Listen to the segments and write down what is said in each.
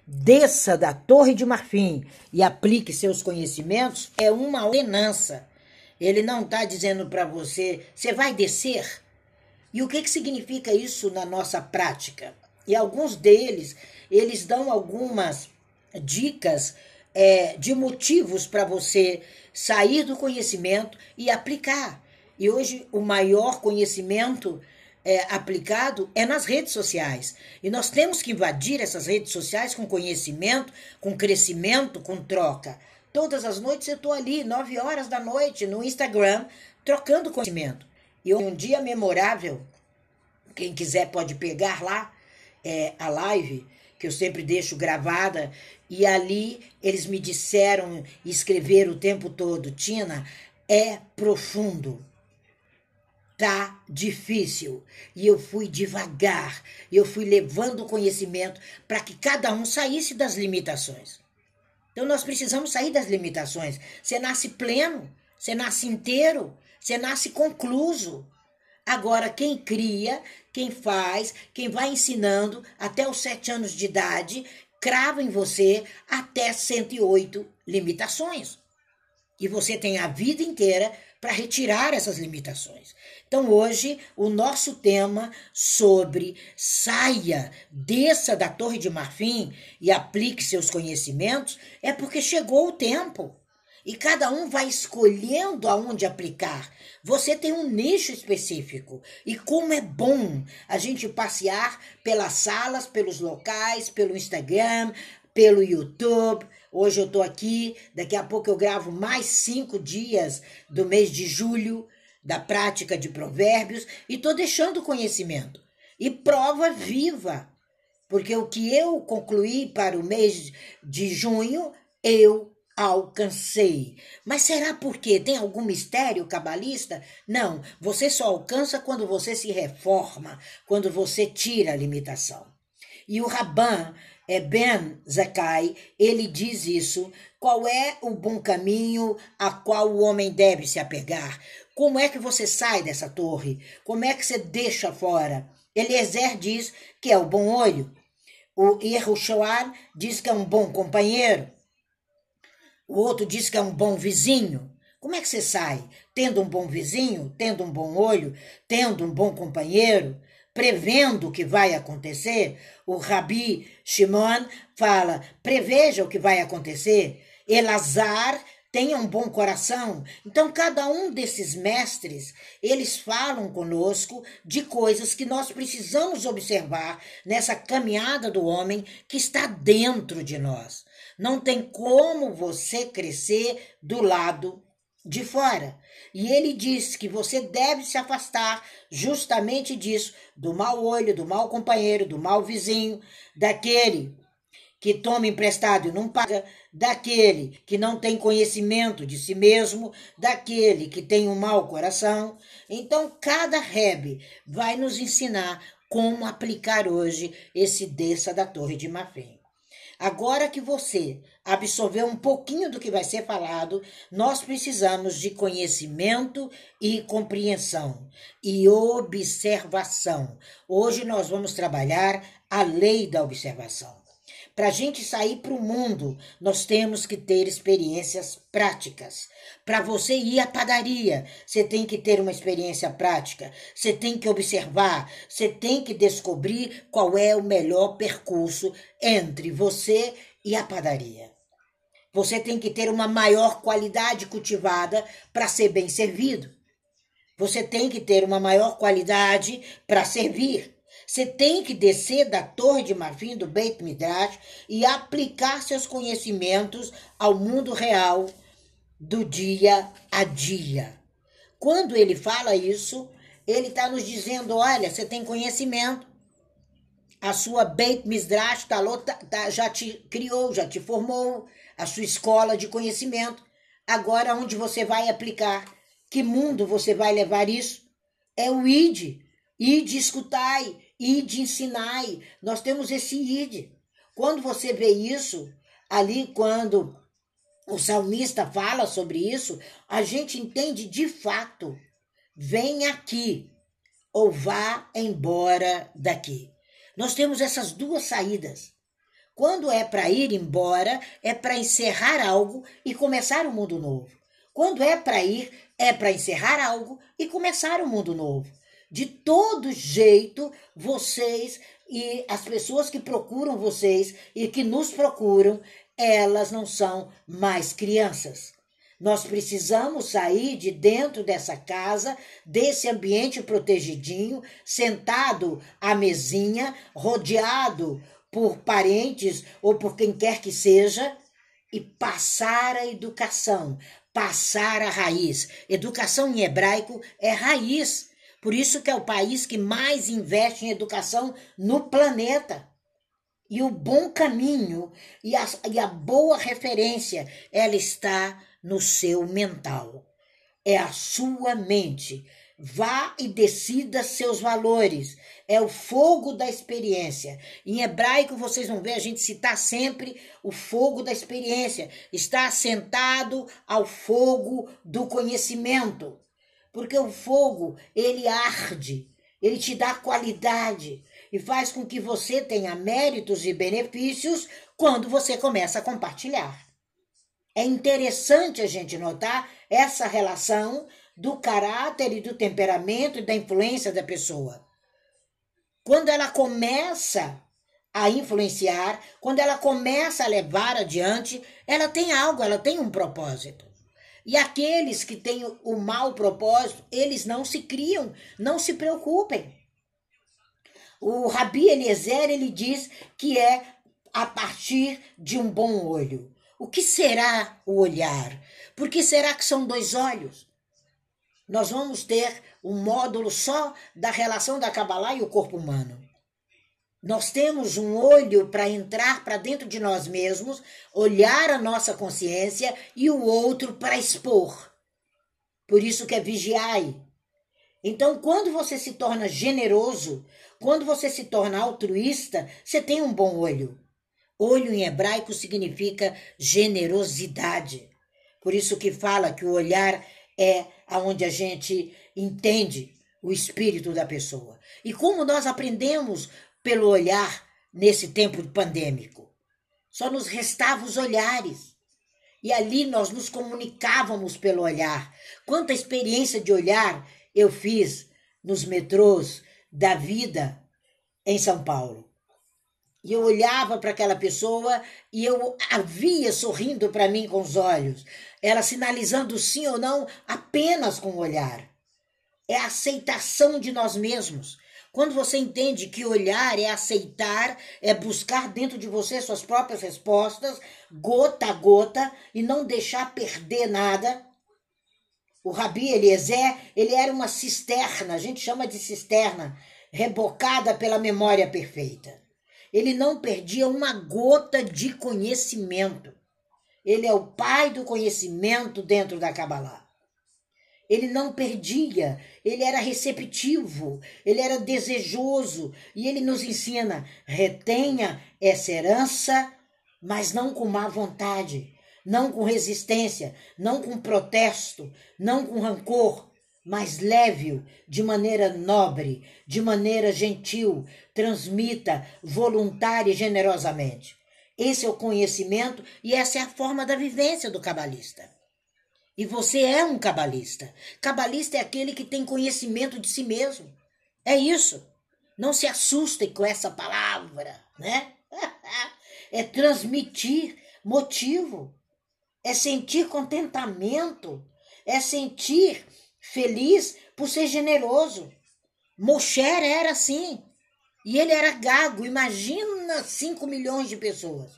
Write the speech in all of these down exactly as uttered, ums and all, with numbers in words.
desça da Torre de Marfim e aplique seus conhecimentos é uma ordenança. Ele não está dizendo para você, você vai descer? E o que, que significa isso na nossa prática? E alguns deles, eles dão algumas dicas é, de motivos para você sair do conhecimento e aplicar. E hoje o maior conhecimento é, aplicado é nas redes sociais. E nós temos que invadir essas redes sociais com conhecimento, com crescimento, com troca. Todas as noites eu estou ali, nove horas da noite, no Instagram, trocando conhecimento. E um dia memorável, quem quiser pode pegar lá é, a live, que eu sempre deixo gravada, e ali eles me disseram e escreveram o tempo todo, Tina, é profundo, tá difícil. E eu fui devagar, eu fui levando o conhecimento para que cada um saísse das limitações. Então nós precisamos sair das limitações. Você nasce pleno, você nasce inteiro, você nasce concluso. Agora, quem cria, quem faz, quem vai ensinando até os sete anos de idade, crava em você até cento e oito limitações. E você tem a vida inteira para retirar essas limitações. Então, hoje, o nosso tema sobre saia, desça da Torre de Marfim e aplique seus conhecimentos é porque chegou o tempo. E cada um vai escolhendo aonde aplicar. Você tem um nicho específico. E como é bom a gente passear pelas salas, pelos locais, pelo Instagram, pelo YouTube. Hoje eu estou aqui, daqui a pouco eu gravo mais cinco dias do mês de julho, da prática de provérbios, e estou deixando conhecimento. E prova viva. Porque o que eu concluí para o mês de junho, eu alcancei. Mas será porque tem algum mistério cabalista? Não, você só alcança quando você se reforma, quando você tira a limitação. E o Rabban é Ben Zakkai, ele diz isso, qual é o bom caminho a qual o homem deve se apegar? Como é que você sai dessa torre? Como é que você deixa fora? Eliezer diz que é o bom olho. O Yehoshua diz que é um bom companheiro. O outro diz que é um bom vizinho. Como é que você sai? Tendo um bom vizinho, tendo um bom olho, tendo um bom companheiro, prevendo o que vai acontecer? O Rabi Shimon fala, preveja o que vai acontecer. Elazar tenha um bom coração. Então, cada um desses mestres, eles falam conosco de coisas que nós precisamos observar nessa caminhada do homem que está dentro de nós. Não tem como você crescer do lado de fora. E ele diz que você deve se afastar justamente disso, do mau olho, do mau companheiro, do mau vizinho, daquele que toma emprestado e não paga, daquele que não tem conhecimento de si mesmo, daquele que tem um mau coração. Então, cada Rebbe vai nos ensinar como aplicar hoje esse desça da Torre de Marfim. Agora que você absorveu um pouquinho do que vai ser falado, nós precisamos de conhecimento e compreensão e observação. Hoje nós vamos trabalhar a lei da observação. Para a gente sair para o mundo, nós temos que ter experiências práticas. Para você ir à padaria, você tem que ter uma experiência prática. Você tem que observar, você tem que descobrir qual é o melhor percurso entre você e a padaria. Você tem que ter uma maior qualidade cultivada para ser bem servido. Você tem que ter uma maior qualidade para servir. Você tem que descer da Torre de Marfim do Beit Midrash e aplicar seus conhecimentos ao mundo real do dia a dia. Quando ele fala isso, ele está nos dizendo, olha, você tem conhecimento, a sua Beit Midrash tá, tá, já te criou, já te formou, a sua escola de conhecimento. Agora, onde você vai aplicar? Que mundo você vai levar isso? É o I D. I D escutai, I D ensinai. Nós temos esse I D. Quando você vê isso, ali quando o salmista fala sobre isso, a gente entende de fato. Vem aqui ou vá embora daqui. Nós temos essas duas saídas. Quando é para ir embora, é para encerrar algo e começar um mundo novo. Quando é para ir, é para encerrar algo e começar um mundo novo. De todo jeito, vocês e as pessoas que procuram vocês e que nos procuram, elas não são mais crianças. Nós precisamos sair de dentro dessa casa, desse ambiente protegidinho, sentado à mesinha, rodeado por parentes ou por quem quer que seja, e passar a educação, passar a raiz. Educação em hebraico é raiz. Por isso que é o país que mais investe em educação no planeta. E o bom caminho e a, e a boa referência, ela está no seu mental. É a sua mente. Vá e decida seus valores. É o fogo da experiência. Em hebraico, vocês vão ver a gente citar sempre o fogo da experiência. Está assentado ao fogo do conhecimento. Porque o fogo, ele arde, ele te dá qualidade e faz com que você tenha méritos e benefícios quando você começa a compartilhar. É interessante a gente notar essa relação do caráter e do temperamento e da influência da pessoa. Quando ela começa a influenciar, quando ela começa a levar adiante, ela tem algo, ela tem um propósito. E aqueles que têm o mau propósito, eles não se criam, não se preocupem. O Rabi Eliezer, ele diz que é a partir de um bom olho. O que será o olhar? Por que será que são dois olhos? Nós vamos ter um módulo só da relação da Kabbalah e o corpo humano. Nós temos um olho para entrar para dentro de nós mesmos, olhar a nossa consciência e o outro para expor. Por isso que é vigiai. Então, quando você se torna generoso, quando você se torna altruísta, você tem um bom olho. Olho em hebraico significa generosidade. Por isso que fala que o olhar é onde a gente entende o espírito da pessoa. E como nós aprendemos pelo olhar nesse tempo pandêmico? Só nos restavam os olhares. E ali nós nos comunicávamos pelo olhar. Quanta experiência de olhar eu fiz nos metrôs da vida em São Paulo. E eu olhava para aquela pessoa e eu a via sorrindo para mim com os olhos. Ela sinalizando sim ou não apenas com o olhar. É a aceitação de nós mesmos. Quando você entende que olhar é aceitar, é buscar dentro de você suas próprias respostas, gota a gota, e não deixar perder nada. O Rabi Eliezer, ele era uma cisterna, a gente chama de cisterna, rebocada pela memória perfeita. Ele não perdia uma gota de conhecimento. Ele é o pai do conhecimento dentro da Kabbalah. Ele não perdia, ele era receptivo, ele era desejoso. E ele nos ensina, retenha essa herança, mas não com má vontade, não com resistência, não com protesto, não com rancor, mas leve-o de maneira nobre, de maneira gentil, transmita voluntária e generosamente. Esse é o conhecimento e essa é a forma da vivência do cabalista. E você é um cabalista. Cabalista é aquele que tem conhecimento de si mesmo. É isso. Não se assustem com essa palavra, né? É transmitir motivo. É sentir contentamento. É sentir feliz por ser generoso. Moshe era assim. E ele era gago. Imagina cinco milhões de pessoas.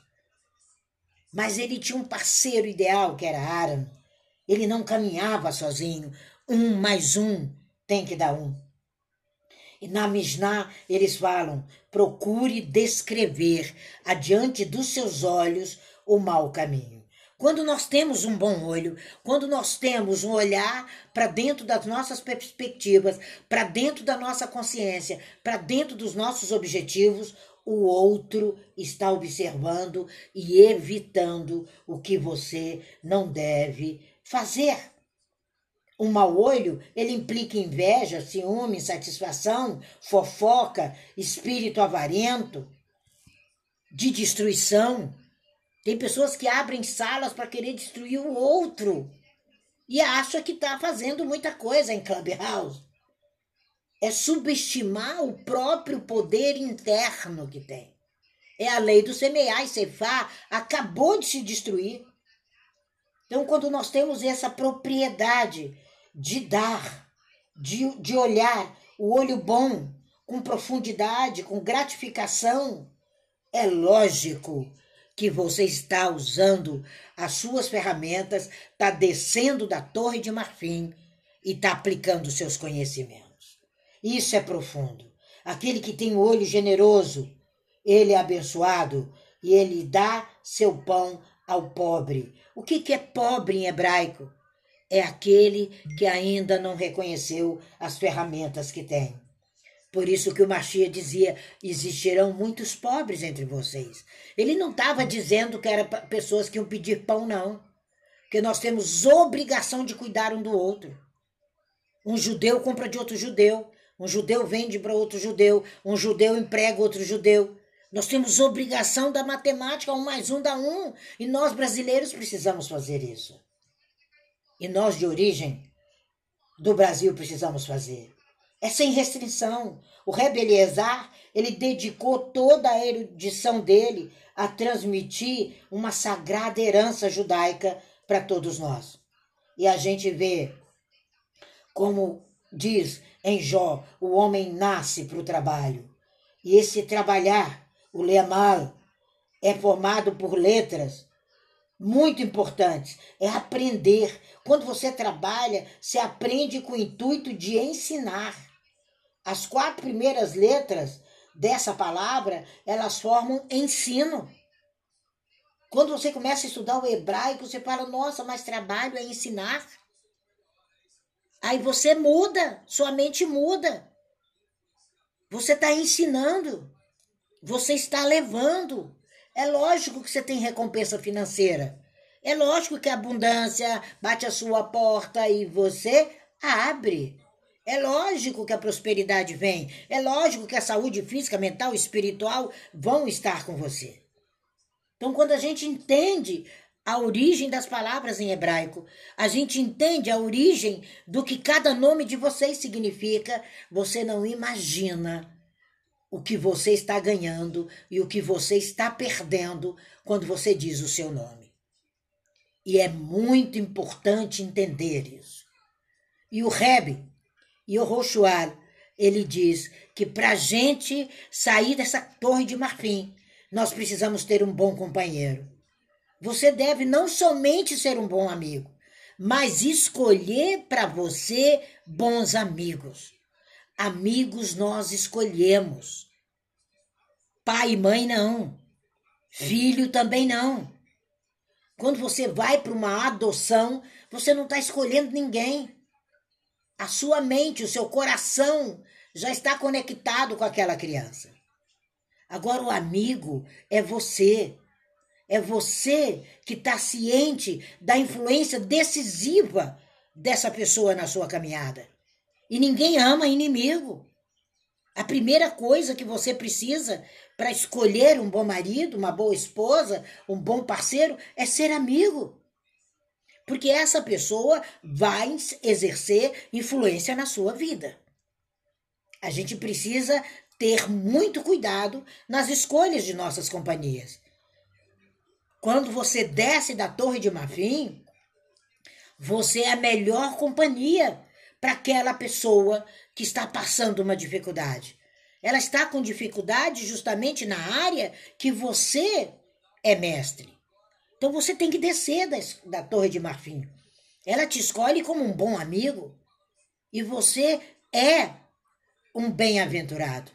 Mas ele tinha um parceiro ideal, que era Aaron. Ele não caminhava sozinho. Um mais um tem que dar um. E na Mishnah eles falam, procure descrever adiante dos seus olhos o mau caminho. Quando nós temos um bom olho, quando nós temos um olhar para dentro das nossas perspectivas, para dentro da nossa consciência, para dentro dos nossos objetivos, o outro está observando e evitando o que você não deve fazer. Um mau olho, ele implica inveja, ciúme, insatisfação, fofoca, espírito avarento. de destruição. Tem pessoas que abrem salas para querer destruir o outro e acha que está fazendo muita coisa em Clubhouse. É subestimar o próprio poder interno que tem. É a lei do semear e ceifar, acabou de se destruir. Então, quando nós temos essa propriedade de dar, de, de olhar o olho bom, com profundidade, com gratificação, é lógico que você está usando as suas ferramentas, está descendo da Torre de Marfim e está aplicando os seus conhecimentos. Isso é profundo. Aquele que tem o olho generoso, ele é abençoado e ele dá seu pão ao pobre. O que, que é pobre em hebraico? É aquele que ainda não reconheceu as ferramentas que tem. Por isso que o Mashiach dizia, existirão muitos pobres entre vocês. Ele não estava dizendo que eram pessoas que iam pedir pão, não. Porque nós temos obrigação de cuidar um do outro. Um judeu compra de outro judeu. Um judeu vende para outro judeu. Um judeu emprega outro judeu. Nós temos obrigação da matemática, um mais um dá um. E nós brasileiros precisamos fazer isso. E nós de origem do Brasil precisamos fazer. É sem restrição. O Rebbe Eliezer, ele dedicou toda a erudição dele a transmitir uma sagrada herança judaica para todos nós. E a gente vê, como diz em Jó, o homem nasce para o trabalho. E esse trabalhar, o leamal, é formado por letras muito importantes. É aprender. Quando você trabalha, você aprende com o intuito de ensinar. As quatro primeiras letras dessa palavra, elas formam ensino. Quando você começa a estudar o hebraico, você fala, nossa, mas trabalho é ensinar. Aí você muda, sua mente muda. Você está ensinando, você está levando. É lógico que você tem recompensa financeira. É lógico que a abundância bate a sua porta e você abre. É lógico que a prosperidade vem. É lógico que a saúde física, mental e espiritual vão estar com você. Então, quando a gente entende a origem das palavras em hebraico, a gente entende a origem do que cada nome de vocês significa, você não imagina o que você está ganhando e o que você está perdendo quando você diz o seu nome. E é muito importante entender isso. E o Rebbe, e o Rochuar, ele diz que para a gente sair dessa torre de marfim, nós precisamos ter um bom companheiro. Você deve não somente ser um bom amigo, mas escolher para você bons amigos. Amigos nós escolhemos. Pai e mãe não. Filho também não. Quando você vai para uma adoção, você não está escolhendo ninguém. A sua mente, o seu coração já está conectado com aquela criança. Agora o amigo é você. É você que está ciente da influência decisiva dessa pessoa na sua caminhada. E ninguém ama inimigo. A primeira coisa que você precisa para escolher um bom marido, uma boa esposa, um bom parceiro, é ser amigo. Porque essa pessoa vai exercer influência na sua vida. A gente precisa ter muito cuidado nas escolhas de nossas companhias. Quando você desce da Torre de Marfim, você é a melhor companhia para aquela pessoa que está passando uma dificuldade. Ela está com dificuldade justamente na área que você é mestre. Então você tem que descer da, da Torre de Marfim. Ela te escolhe como um bom amigo e você é um bem-aventurado.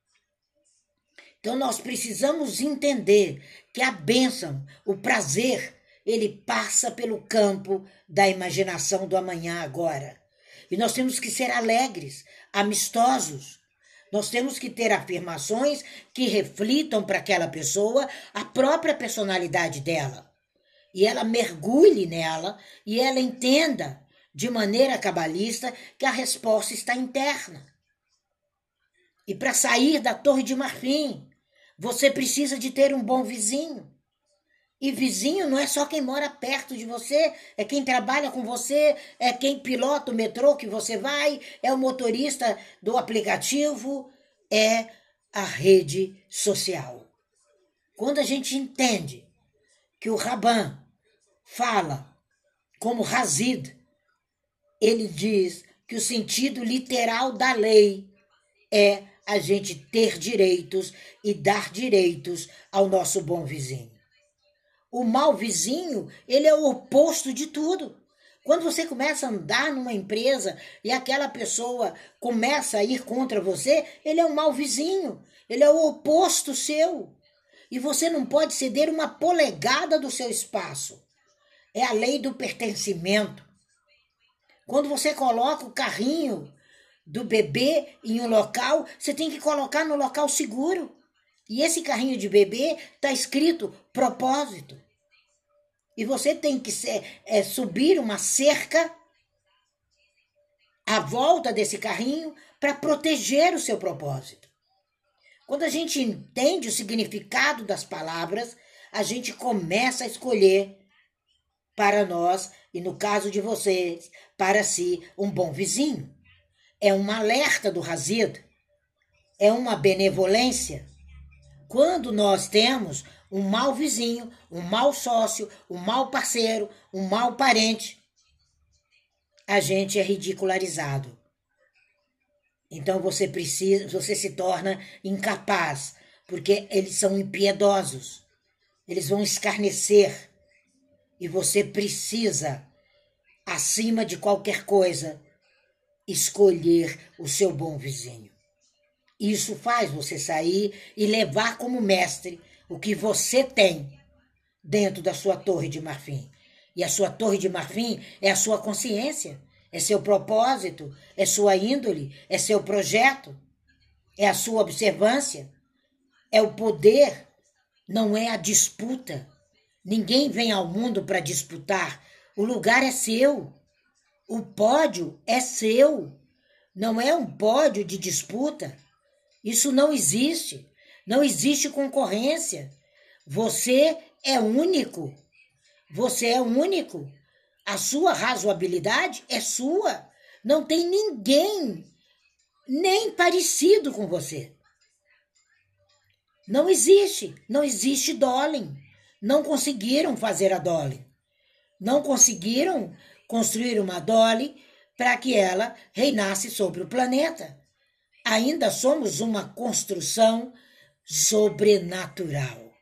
Então nós precisamos entender que a bênção, o prazer, ele passa pelo campo da imaginação do amanhã agora. E nós temos que ser alegres, amistosos. Nós temos que ter afirmações que reflitam para aquela pessoa a própria personalidade dela. E ela mergulhe nela e ela entenda de maneira cabalista que a resposta está interna. E para sair da Torre de Marfim, Você precisa de ter um bom vizinho. E vizinho não é só quem mora perto de você, é quem trabalha com você, é quem pilota o metrô que você vai, é o motorista do aplicativo, é a rede social. Quando a gente entende que o Raban fala como Hazid, ele diz que o sentido literal da lei é a gente ter direitos e dar direitos ao nosso bom vizinho. O mau vizinho, ele é o oposto de tudo. Quando você começa a andar numa empresa e aquela pessoa começa a ir contra você, ele é um mau vizinho, ele é o oposto seu. E você não pode ceder uma polegada do seu espaço. É a lei do pertencimento. Quando você coloca o carrinho do bebê em um local, você tem que colocar no local seguro. E esse carrinho de bebê está escrito propósito. E você tem que ser, é, subir uma cerca à volta desse carrinho para proteger o seu propósito. Quando a gente entende o significado das palavras, a gente começa a escolher para nós, e no caso de vocês, para si, um bom vizinho. É um alerta do Hazid, é uma benevolência. Quando nós temos um mau vizinho, um mau sócio, um mau parceiro, um mau parente, a gente é ridicularizado. Então você precisa, você se torna incapaz, porque eles são impiedosos. Eles vão escarnecer. E você precisa, acima de qualquer coisa, escolher o seu bom vizinho. Isso faz você sair e levar como mestre o que você tem dentro da sua torre de marfim. E a sua torre de marfim é a sua consciência, é seu propósito, é sua índole, é seu projeto, é a sua observância, é o poder, não é a disputa. Ninguém vem ao mundo para disputar, o lugar é seu, o pódio é seu, não é um pódio de disputa. Isso não existe. Não existe concorrência. Você é único. Você é único. A sua razoabilidade é sua. Não tem ninguém nem parecido com você. Não existe. Não existe Dolly. Não conseguiram fazer a Dolly. Não conseguiram construir uma Dolly para que ela reinasse sobre o planeta. Ainda somos uma construção sobrenatural.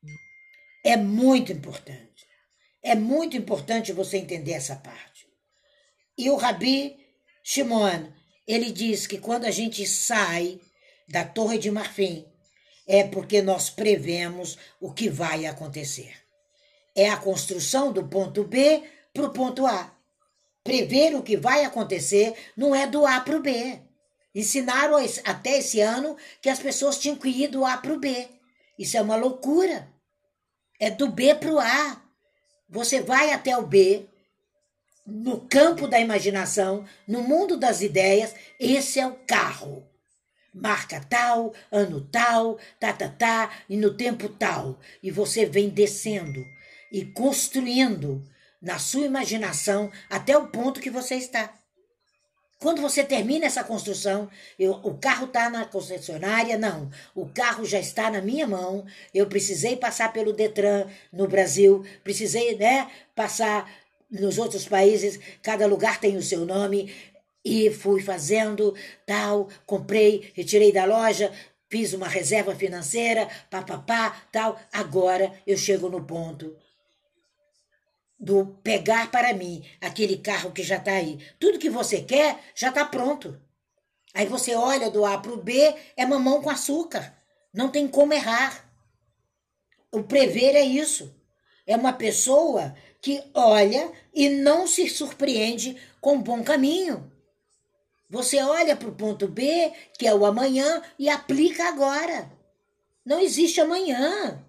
É muito importante. É muito importante você entender essa parte. E o Rabi Shimon, ele diz que quando a gente sai da Torre de Marfim, é porque nós prevemos o que vai acontecer. É a construção do ponto B para o ponto A. Prever o que vai acontecer não é do A para o B. Ensinaram até esse ano que as pessoas tinham que ir do A para o B. Isso é uma loucura. É do B para o A. Você vai até o B, no campo da imaginação, no mundo das ideias, esse é o carro. Marca tal, ano tal, tá, tá, tá, e no tempo tal. E você vem descendo e construindo na sua imaginação até o ponto que você está. Quando você termina essa construção, eu, o carro está na concessionária? Não. O carro já está na minha mão. Eu precisei passar pelo Detran no Brasil, precisei, né, passar nos outros países, cada lugar tem o seu nome, e fui fazendo tal, comprei, retirei da loja, fiz uma reserva financeira, papapá, tal. Agora eu chego no ponto do pegar para mim aquele carro que já está aí. Tudo que você quer já está pronto. Aí você olha do A para o B, é mamão com açúcar. Não tem como errar. O prever é isso. É uma pessoa que olha e não se surpreende com bom caminho. Você olha para o ponto B, que é o amanhã, e aplica agora. Não existe amanhã.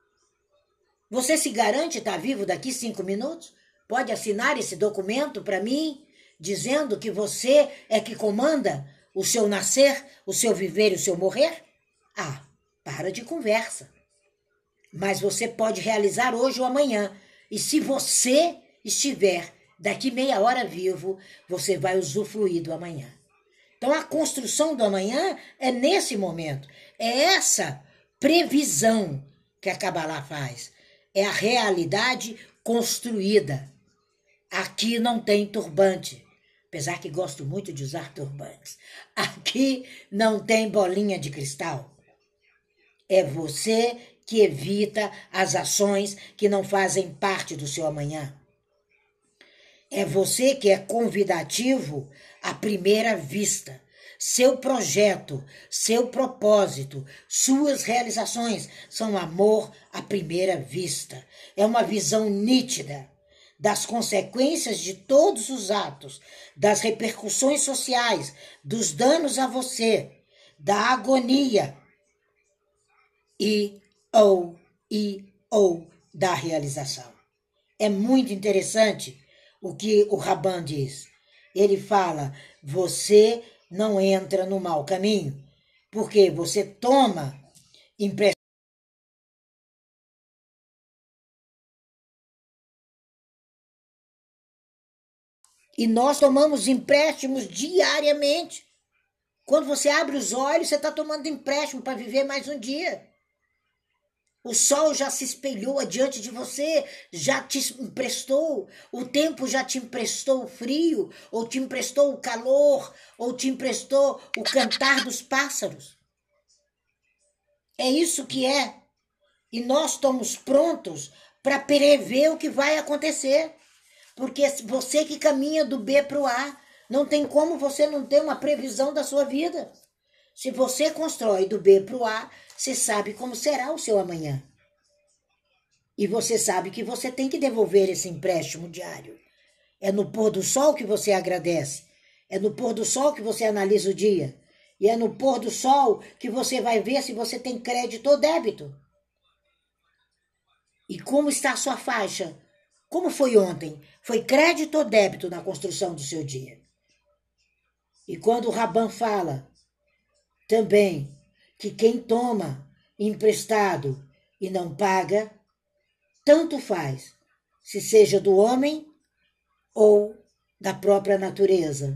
Você se garante estar vivo daqui cinco minutos? Pode assinar esse documento para mim, dizendo que você é que comanda o seu nascer, o seu viver e o seu morrer? Ah, Para de conversa. Mas você pode realizar hoje ou amanhã. E se você estiver daqui meia hora vivo, você vai usufruir do amanhã. Então a construção do amanhã é nesse momento. É essa previsão que a Kabbalah faz. É a realidade construída. Aqui não tem turbante. Apesar que gosto muito de usar turbantes. Aqui não tem bolinha de cristal. É você que evita as ações que não fazem parte do seu amanhã. É você que é convidativo à primeira vista. Seu projeto, seu propósito, suas realizações são amor à primeira vista. É uma visão nítida das consequências de todos os atos, das repercussões sociais, dos danos a você, da agonia e ou e ou da realização. É muito interessante o que o Raban diz. Ele fala, você não entra no mau caminho, porque você toma emprestado. E nós tomamos empréstimos diariamente. Quando você abre os olhos, você está tomando empréstimo para viver mais um dia. O sol já se espelhou adiante de você, já te emprestou, o tempo já te emprestou o frio, ou te emprestou o calor, ou te emprestou o cantar dos pássaros. É isso que é. E nós estamos prontos para prever o que vai acontecer. Porque você que caminha do B para o A, não tem como você não ter uma previsão da sua vida. Se você constrói do B para o A, você sabe como será o seu amanhã. E você sabe que você tem que devolver esse empréstimo diário. É no pôr do sol que você agradece. É no pôr do sol que você analisa o dia. E é no pôr do sol que você vai ver se você tem crédito ou débito. E como está a sua faixa? Como foi ontem? Foi crédito ou débito na construção do seu dia? E quando o Raban fala também que quem toma emprestado e não paga, tanto faz, se seja do homem ou da própria natureza.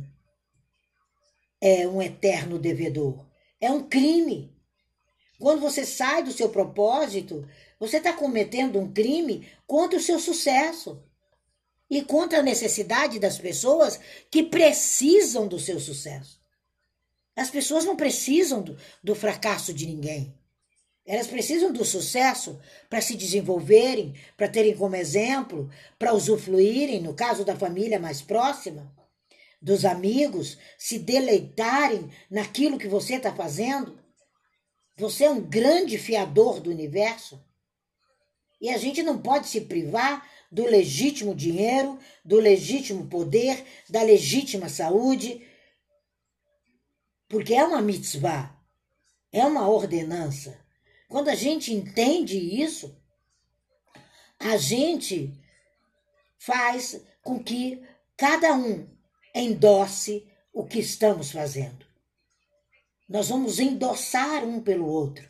É um eterno devedor. É um crime. Quando você sai do seu propósito, você está cometendo um crime contra o seu sucesso e contra a necessidade das pessoas que precisam do seu sucesso. As pessoas não precisam do, do fracasso de ninguém. Elas precisam do sucesso para se desenvolverem, para terem como exemplo, para usufruírem, no caso da família mais próxima, dos amigos, se deleitarem naquilo que você está fazendo. Você é um grande fiador do universo. E a gente não pode se privar do legítimo dinheiro, do legítimo poder, da legítima saúde, porque é uma mitzvah, é uma ordenança. Quando a gente entende isso, a gente faz com que cada um endosse o que estamos fazendo. Nós vamos endossar um pelo outro.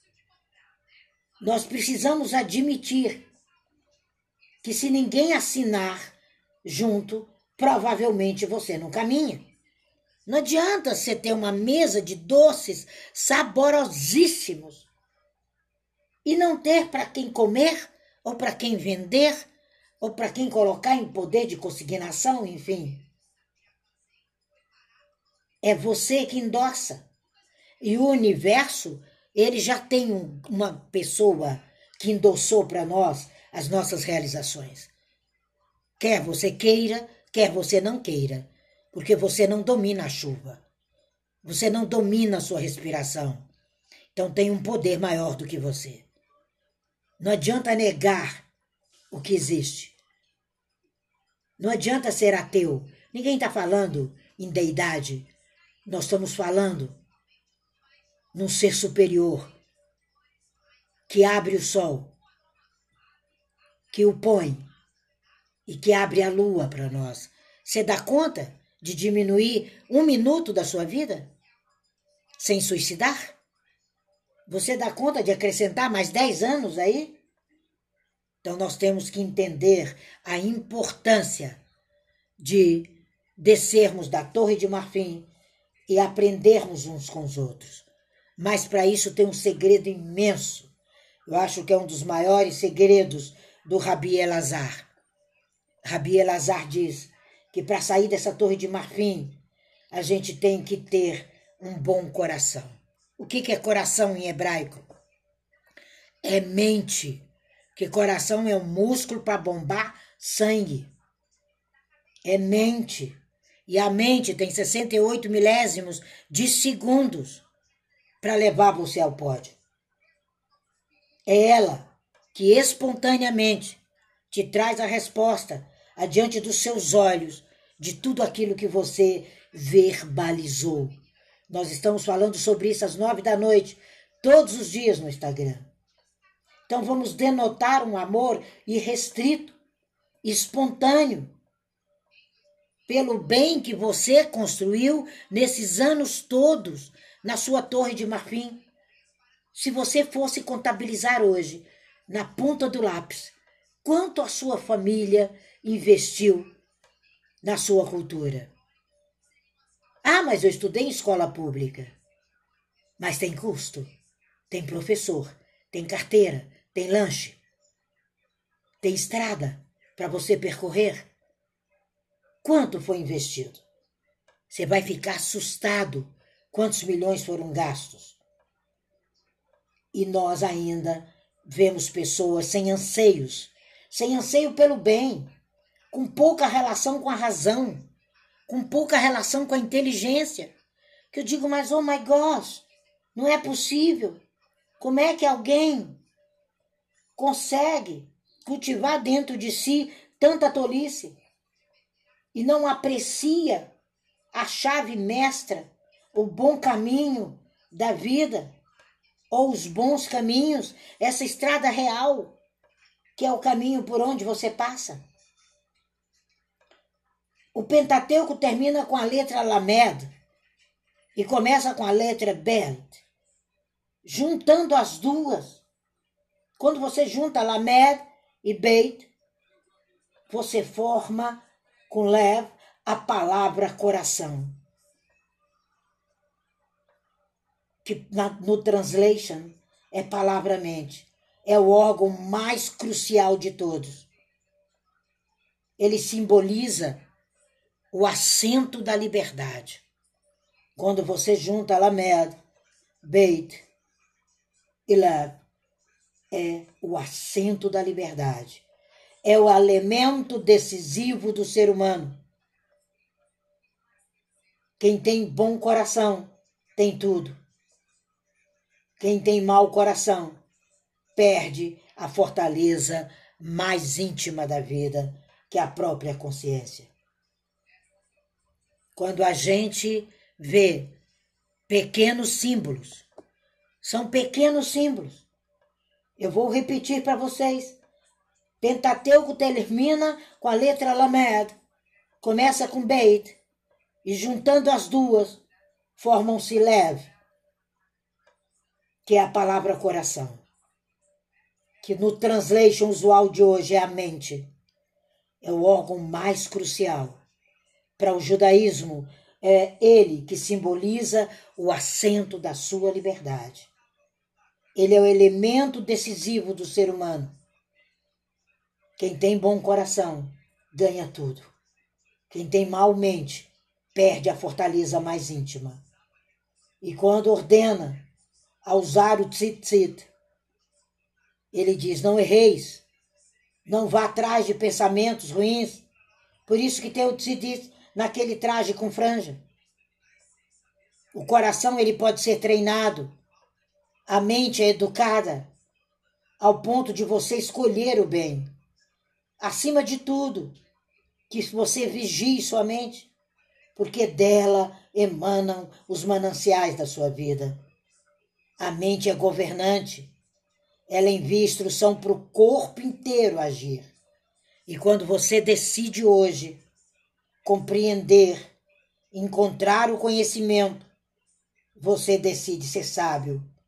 Nós precisamos admitir que se ninguém assinar junto, provavelmente você não caminha. Não adianta você ter uma mesa de doces saborosíssimos e não ter para quem comer, ou para quem vender, ou para quem colocar em poder de consignação, enfim. É você que endossa. E o universo, ele já tem um, uma pessoa que endossou para nós as nossas realizações. Quer você queira, quer você não queira, porque você não domina a chuva. Você não domina a sua respiração. Então tem um poder maior do que você. Não adianta negar o que existe. Não adianta ser ateu. Ninguém está falando em deidade. Nós estamos falando num ser superior que abre o sol, que o põe e que abre a lua para nós. Você dá conta de diminuir um minuto da sua vida sem suicidar? Você dá conta de acrescentar mais dez anos aí? Então nós temos que entender a importância de descermos da Torre de Marfim e aprendermos uns com os outros. Mas para isso tem um segredo imenso. Eu acho que é um dos maiores segredos do Rabi Elazar. Rabi Elazar diz que para sair dessa Torre de Marfim, a gente tem que ter um bom coração. O que é coração em hebraico? É mente, que coração é um músculo para bombar sangue. É mente. E a mente tem sessenta e oito milésimos de segundos para levar você ao pódio. É ela que espontaneamente te traz a resposta adiante dos seus olhos de tudo aquilo que você verbalizou. Nós estamos falando sobre isso às nove da noite, todos os dias no Instagram. Então vamos denotar um amor irrestrito, espontâneo, pelo bem que você construiu nesses anos todos na sua Torre de Marfim. Se você fosse contabilizar hoje, na ponta do lápis, quanto a sua família investiu na sua cultura. Ah, mas eu estudei em escola pública. Mas tem custo, tem professor, tem carteira, tem lanche, tem estrada para você percorrer. Quanto foi investido? Você vai ficar assustado quantos milhões foram gastos. E nós ainda vemos pessoas sem anseios, sem anseio pelo bem, com pouca relação com a razão, com pouca relação com a inteligência. Que eu digo, mas oh my gosh, não é possível. Como é que alguém consegue cultivar dentro de si tanta tolice e não aprecia a chave mestra, o bom caminho da vida, ou os bons caminhos, essa estrada real, que é o caminho por onde você passa? O Pentateuco termina com a letra Lamed e começa com a letra Bet. Juntando as duas, quando você junta Lamed e Beit, você forma com Lev a palavra coração. Que no translation é palavra mente. É o órgão mais crucial de todos. Ele simboliza o assento da liberdade. Quando você junta Lamed, Beit e Lev, é o assento da liberdade. É o elemento decisivo do ser humano. Quem tem bom coração tem tudo. Quem tem mau coração perde a fortaleza mais íntima da vida, que é a própria consciência. Quando a gente vê pequenos símbolos, são pequenos símbolos. Eu vou repetir para vocês. Pentateuco termina com a letra Lamed, começa com Beit, e juntando as duas, formam-se Lev, que é a palavra coração, que no translation usual de hoje é a mente. É o órgão mais crucial. Para o judaísmo, é ele que simboliza o assento da sua liberdade. Ele é o elemento decisivo do ser humano. Quem tem bom coração ganha tudo. Quem tem mal mente perde a fortaleza mais íntima. E quando ordena a usar o tzitzit, ele diz, não erreis, não vá atrás de pensamentos ruins. Por isso que tem o tzitzit naquele traje com franja. O coração ele pode ser treinado, a mente é educada, ao ponto de você escolher o bem. Acima de tudo, que você vigie sua mente, porque dela emanam os mananciais da sua vida. A mente é governante, ela envia instrução para o corpo inteiro agir. E quando você decide hoje compreender, encontrar o conhecimento, você decide ser sábio.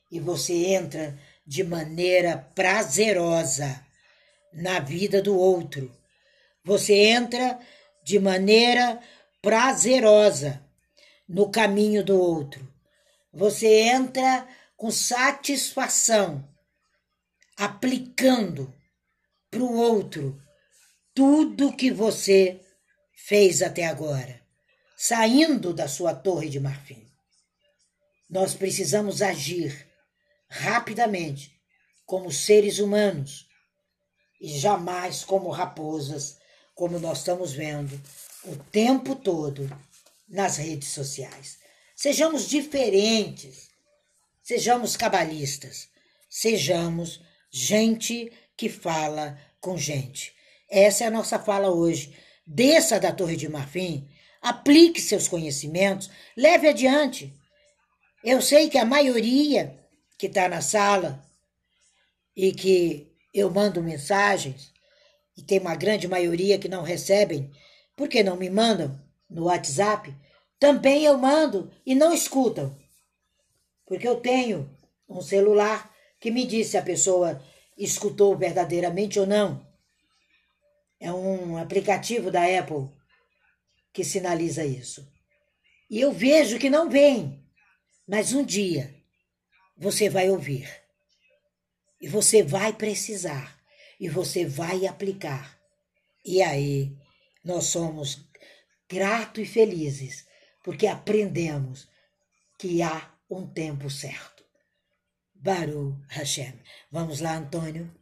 e você entra de maneira prazerosa na vida do outro. Você entra de maneira prazerosa no caminho do outro. Você entra com satisfação, aplicando para o outro tudo que você fez até agora, saindo da sua torre de marfim. Nós precisamos agir rapidamente como seres humanos e jamais como raposas, como nós estamos vendo o tempo todo nas redes sociais. Sejamos diferentes, sejamos cabalistas, sejamos gente que fala com gente. Essa é a nossa fala hoje. Desça da Torre de Marfim, aplique seus conhecimentos, leve adiante. Eu sei que a maioria que está na sala e que eu mando mensagens, e tem uma grande maioria que não recebem, porque não me mandam no WhatsApp, também eu mando e não escutam. Porque eu tenho um celular que me diz se a pessoa escutou verdadeiramente ou não. É um aplicativo da Apple que sinaliza isso. E eu vejo que não vem, mas um dia você vai ouvir. E você vai precisar. E você vai aplicar. E aí nós somos gratos e felizes, porque aprendemos que há um tempo certo. Baruch Hashem. Vamos lá, Antônio.